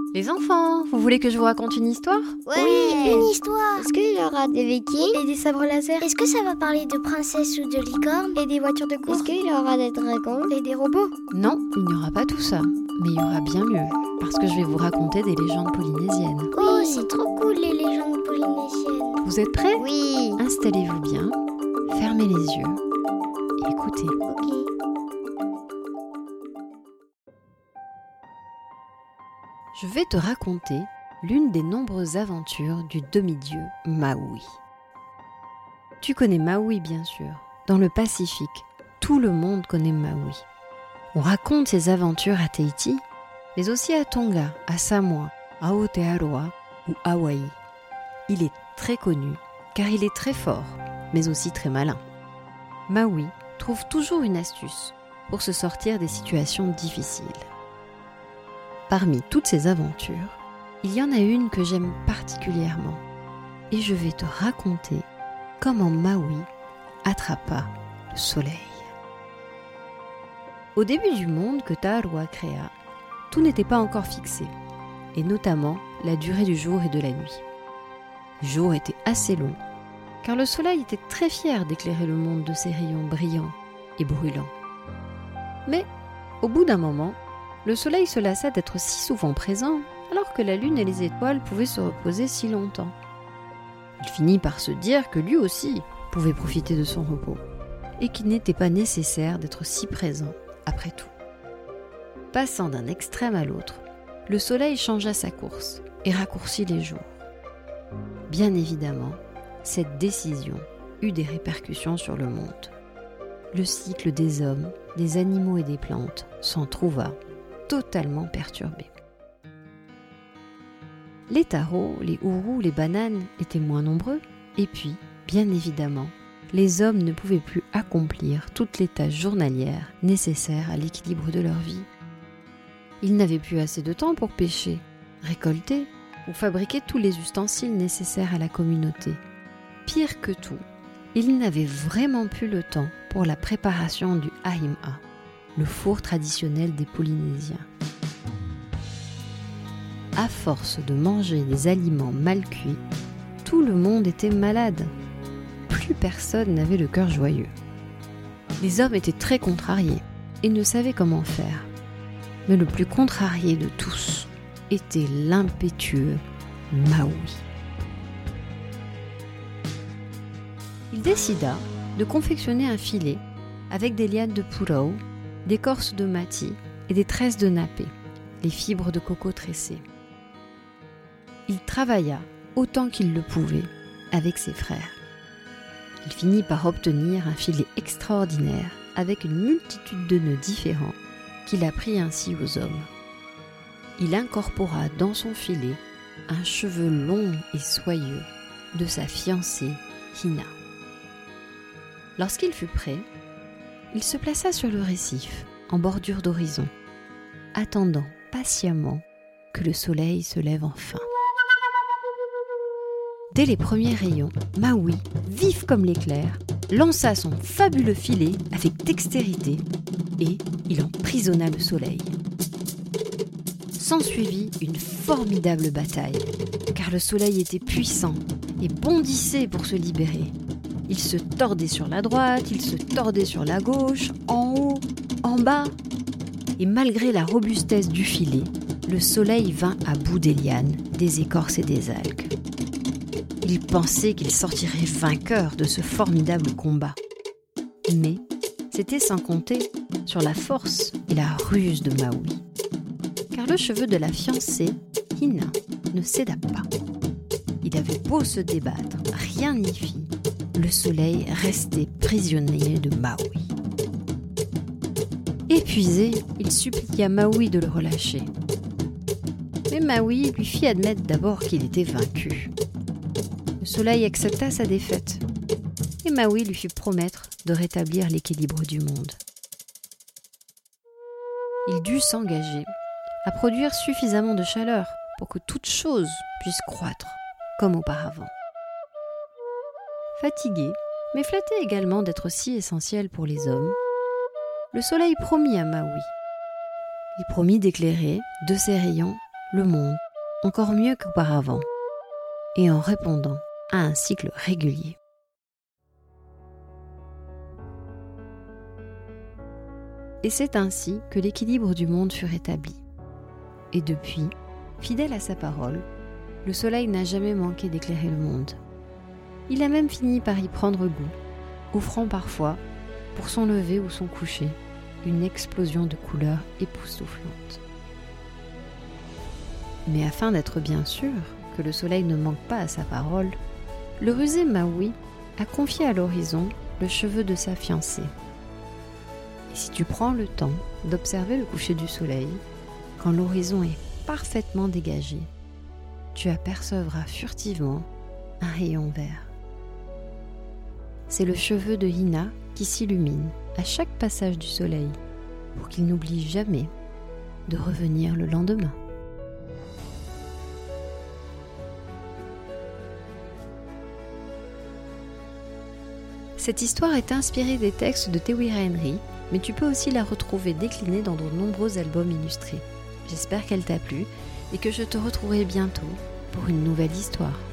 Les enfants, vous voulez que je vous raconte une histoire ? Oui, une histoire. Est-ce qu'il y aura des vikings Et des sabres laser. Est-ce que ça va parler de princesses ou de licornes? Et des voitures de course? Est-ce qu'il y aura des dragons Et des robots? Non, il n'y aura pas tout ça. Mais il y aura bien mieux, parce que je vais vous raconter des légendes polynésiennes. Oh, c'est trop cool les légendes polynésiennes. Vous êtes prêts ? Oui. Installez-vous bien, fermez les yeux et écoutez. Ok. Je vais te raconter l'une des nombreuses aventures du demi-dieu Maui. Tu connais Maui bien sûr. Dans le Pacifique, tout le monde connaît Maui. On raconte ses aventures à Tahiti, mais aussi à Tonga, à Samoa, à Aotearoa ou Hawaï. Il est très connu car il est très fort, mais aussi très malin. Maui trouve toujours une astuce pour se sortir des situations difficiles. Parmi toutes ces aventures, il y en a une que j'aime particulièrement et je vais te raconter comment Maui attrapa le soleil. Au début du monde que Ta'aroa créa, tout n'était pas encore fixé, et notamment la durée du jour et de la nuit. Le jour était assez long, car le soleil était très fier d'éclairer le monde de ses rayons brillants et brûlants. Mais, au bout d'un moment, le soleil se lassa d'être si souvent présent, alors que la lune et les étoiles pouvaient se reposer si longtemps. Il finit par se dire que lui aussi pouvait profiter de son repos, et qu'il n'était pas nécessaire d'être si présent après tout. Passant d'un extrême à l'autre, le soleil changea sa course et raccourcit les jours. Bien évidemment, cette décision eut des répercussions sur le monde. Le cycle des hommes, des animaux et des plantes s'en trouva totalement perturbé. Les taros, les ourous, les bananes étaient moins nombreux, et puis, bien évidemment, les hommes ne pouvaient plus accomplir toutes les tâches journalières nécessaires à l'équilibre de leur vie. Ils n'avaient plus assez de temps pour pêcher, récolter ou fabriquer tous les ustensiles nécessaires à la communauté. Pire que tout, ils n'avaient vraiment plus le temps pour la préparation du ahim'a, le four traditionnel des Polynésiens. À force de manger des aliments mal cuits, tout le monde était malade. Plus personne n'avait le cœur joyeux. Les hommes étaient très contrariés et ne savaient comment faire. Mais le plus contrarié de tous était l'impétueux Maui. Il décida de confectionner un filet avec des lianes de purau, d'écorce de mati et des tresses de nappé, les fibres de coco tressées. Il travailla autant qu'il le pouvait avec ses frères. Il finit par obtenir un filet extraordinaire avec une multitude de nœuds différents qu'il apprit ainsi aux hommes. Il incorpora dans son filet un cheveu long et soyeux de sa fiancée Hina. Lorsqu'il fut prêt, il se plaça sur le récif, en bordure d'horizon, attendant patiemment que le soleil se lève enfin. Dès les premiers rayons, Maui, vif comme l'éclair, lança son fabuleux filet avec dextérité et il emprisonna le soleil. S'ensuivit une formidable bataille, car le soleil était puissant et bondissait pour se libérer. Il se tordait sur la droite, il se tordait sur la gauche, en haut, en bas. Et malgré la robustesse du filet, le soleil vint à bout des lianes, des écorces et des algues. Il pensait qu'il sortirait vainqueur de ce formidable combat. Mais c'était sans compter sur la force et la ruse de Maui. Car le cheveu de la fiancée, Hina, ne céda pas. Il avait beau se débattre, rien n'y fit. Le soleil restait prisonnier de Maui. Épuisé, il supplia Maui de le relâcher. Mais Maui lui fit admettre d'abord qu'il était vaincu. Le soleil accepta sa défaite et Maui lui fit promettre de rétablir l'équilibre du monde. Il dut s'engager à produire suffisamment de chaleur pour que toute chose puisse croître comme auparavant. Fatigué, mais flatté également d'être si essentiel pour les hommes, le soleil promit à Maui. Il promit d'éclairer de ses rayons le monde encore mieux qu'auparavant et en répondant à un cycle régulier. Et c'est ainsi que l'équilibre du monde fut rétabli. Et depuis, fidèle à sa parole, le soleil n'a jamais manqué d'éclairer le monde. Il a même fini par y prendre goût, offrant parfois, pour son lever ou son coucher, une explosion de couleurs époustouflantes. Mais afin d'être bien sûr que le soleil ne manque pas à sa parole, le rusé Maui a confié à l'horizon le cheveu de sa fiancée. Et si tu prends le temps d'observer le coucher du soleil, quand l'horizon est parfaitement dégagé, tu apercevras furtivement un rayon vert. C'est le cheveu de Hina qui s'illumine à chaque passage du soleil pour qu'il n'oublie jamais de revenir le lendemain. Cette histoire est inspirée des textes de Tewira Henry, mais tu peux aussi la retrouver déclinée dans de nombreux albums illustrés. J'espère qu'elle t'a plu et que je te retrouverai bientôt pour une nouvelle histoire.